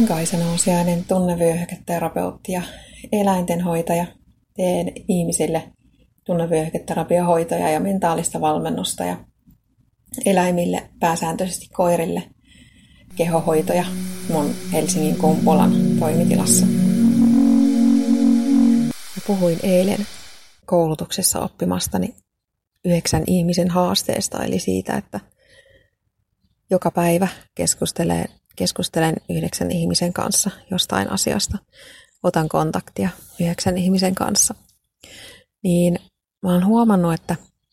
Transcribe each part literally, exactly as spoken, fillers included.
Kaisa Nousiainen, tunnevyöhyketerapeutti ja eläintenhoitaja. Teen ihmisille tunnevyöhyketerapiohoitoja ja mentaalista valmennusta ja eläimille, pääsääntöisesti koirille, kehohoitoja mun Helsingin Kumpulan toimitilassa. Mä puhuin eilen koulutuksessa oppimastani yhdeksän ihmisen haasteesta, eli siitä, että joka päivä keskustelen, keskustelen yhdeksän ihmisen kanssa jostain asiasta. Otan kontaktia yhdeksän ihmisen kanssa. Niin mä oon huomannut, että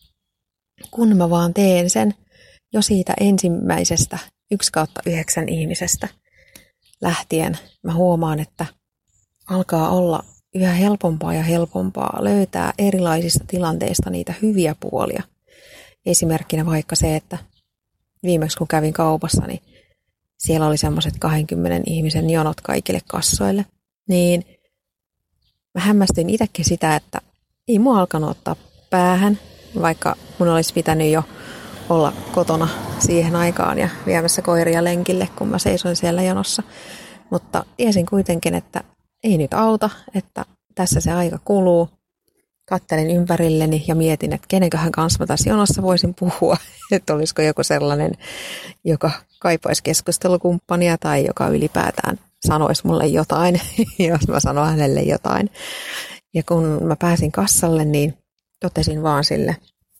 kun mä vaan teen sen jo siitä ensimmäisestä yksi kautta yhdeksän ihmisestä lähtien, mä huomaan, että alkaa olla yhä helpompaa ja helpompaa löytää erilaisista tilanteista niitä hyviä puolia. Esimerkkinä vaikka se, että viimeksi kun kävin kaupassa, niin siellä oli semmoiset kahdenkymmenen ihmisen jonot kaikille kassoille. Niin mä hämmästyin itsekin sitä, että ei mua alkanut ottaa päähän, vaikka mun olisi pitänyt jo olla kotona siihen aikaan ja viemässä koiria lenkille, kun mä seisoin siellä jonossa. Mutta tiesin kuitenkin, että ei nyt auta, että tässä se aika kuluu. Kattelin ympärilleni ja mietin, että kenenköhän kanssa mä tässä jonossa voisin puhua. Että olisiko joku sellainen, joka kaipaisi keskustelukumppania tai joka ylipäätään sanoisi mulle jotain, jos mä sanon hänelle jotain. Ja kun mä pääsin kassalle, niin totesin vaan sille,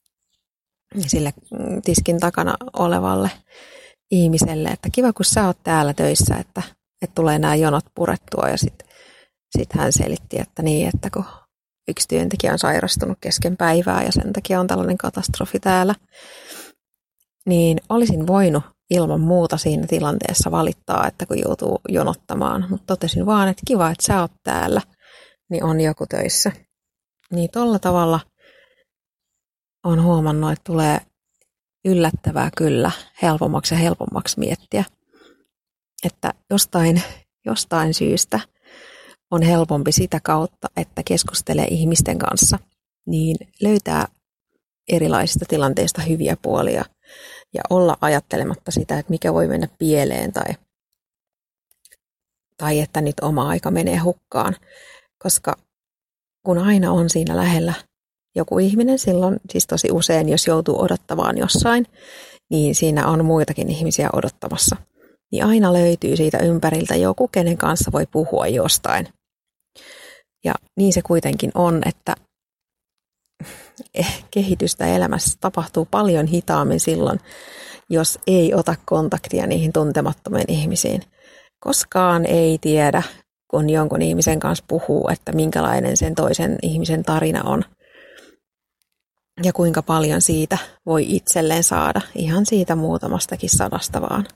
sille tiskin takana olevalle ihmiselle, että kiva kun sä oot täällä töissä, että, että tulee nämä jonot purettua. Ja sitten sit hän selitti, että niin, että kun yksi työntekijä on sairastunut kesken päivää ja sen takia on tällainen katastrofi täällä, niin olisin voinut ilman muuta siinä tilanteessa valittaa, että kun joutuu jonottamaan. Mutta totesin vaan, että kiva, että sä oot täällä, niin on joku töissä. Niin tolla tavalla on huomannut, että tulee yllättävää kyllä helpommaksi ja helpommaksi miettiä, että jostain, jostain syystä on helpompi sitä kautta, että keskustelee ihmisten kanssa, niin löytää erilaisista tilanteista hyviä puolia ja olla ajattelematta sitä, että mikä voi mennä pieleen tai, tai että nyt oma aika menee hukkaan, koska kun aina on siinä lähellä joku ihminen, silloin siis tosi usein, jos joutuu odottamaan jossain, niin siinä on muitakin ihmisiä odottamassa. Niin aina löytyy siitä ympäriltä joku, kenen kanssa voi puhua jostain. Ja niin se kuitenkin on, että kehitystä elämässä tapahtuu paljon hitaammin silloin, jos ei ota kontaktia niihin tuntemattomiin ihmisiin. Koskaan ei tiedä, kun jonkun ihmisen kanssa puhuu, että minkälainen sen toisen ihmisen tarina on. Ja kuinka paljon siitä voi itselleen saada, ihan siitä muutamastakin sadasta vaan.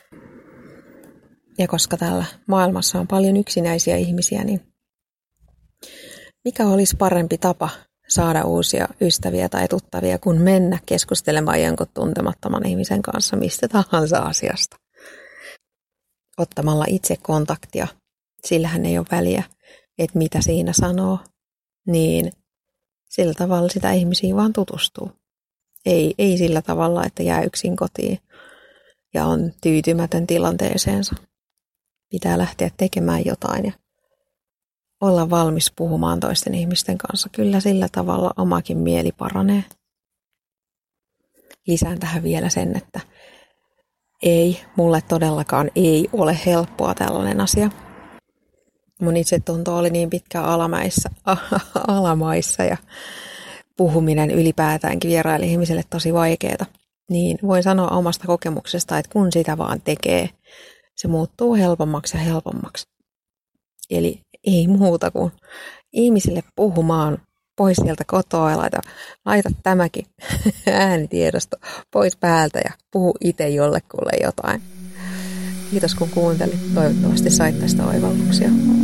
Ja koska täällä maailmassa on paljon yksinäisiä ihmisiä, niin mikä olisi parempi tapa saada uusia ystäviä tai tuttavia, kuin mennä keskustelemaan jonkun tuntemattoman ihmisen kanssa mistä tahansa asiasta. Ottamalla itse kontaktia, sillähän ei ole väliä, että mitä siinä sanoo, niin sillä tavalla sitä ihmisiä vaan tutustuu. Ei, ei sillä tavalla, että jää yksin kotiin ja on tyytymätön tilanteeseensa. Pitää lähteä tekemään jotain ja olla valmis puhumaan toisten ihmisten kanssa. Kyllä sillä tavalla omakin mieli paranee. Lisään tähän vielä sen, että ei, mulle todellakaan ei ole helppoa tällainen asia. Mun itsetunto oli niin pitkään alamaissa, alamaissa ja puhuminen ylipäätäänkin vieraille ihmisille tosi vaikeaa. Niin voin sanoa omasta kokemuksesta, että kun sitä vaan tekee, se muuttuu helpommaksi ja helpommaksi. Eli ei muuta kuin ihmisille puhumaan pois sieltä kotoa ja laita, laita tämäkin äänitiedosto pois päältä ja puhu itse jollekulle jotain. Kiitos kun kuuntelit. Toivottavasti sait tästä oivalluksia.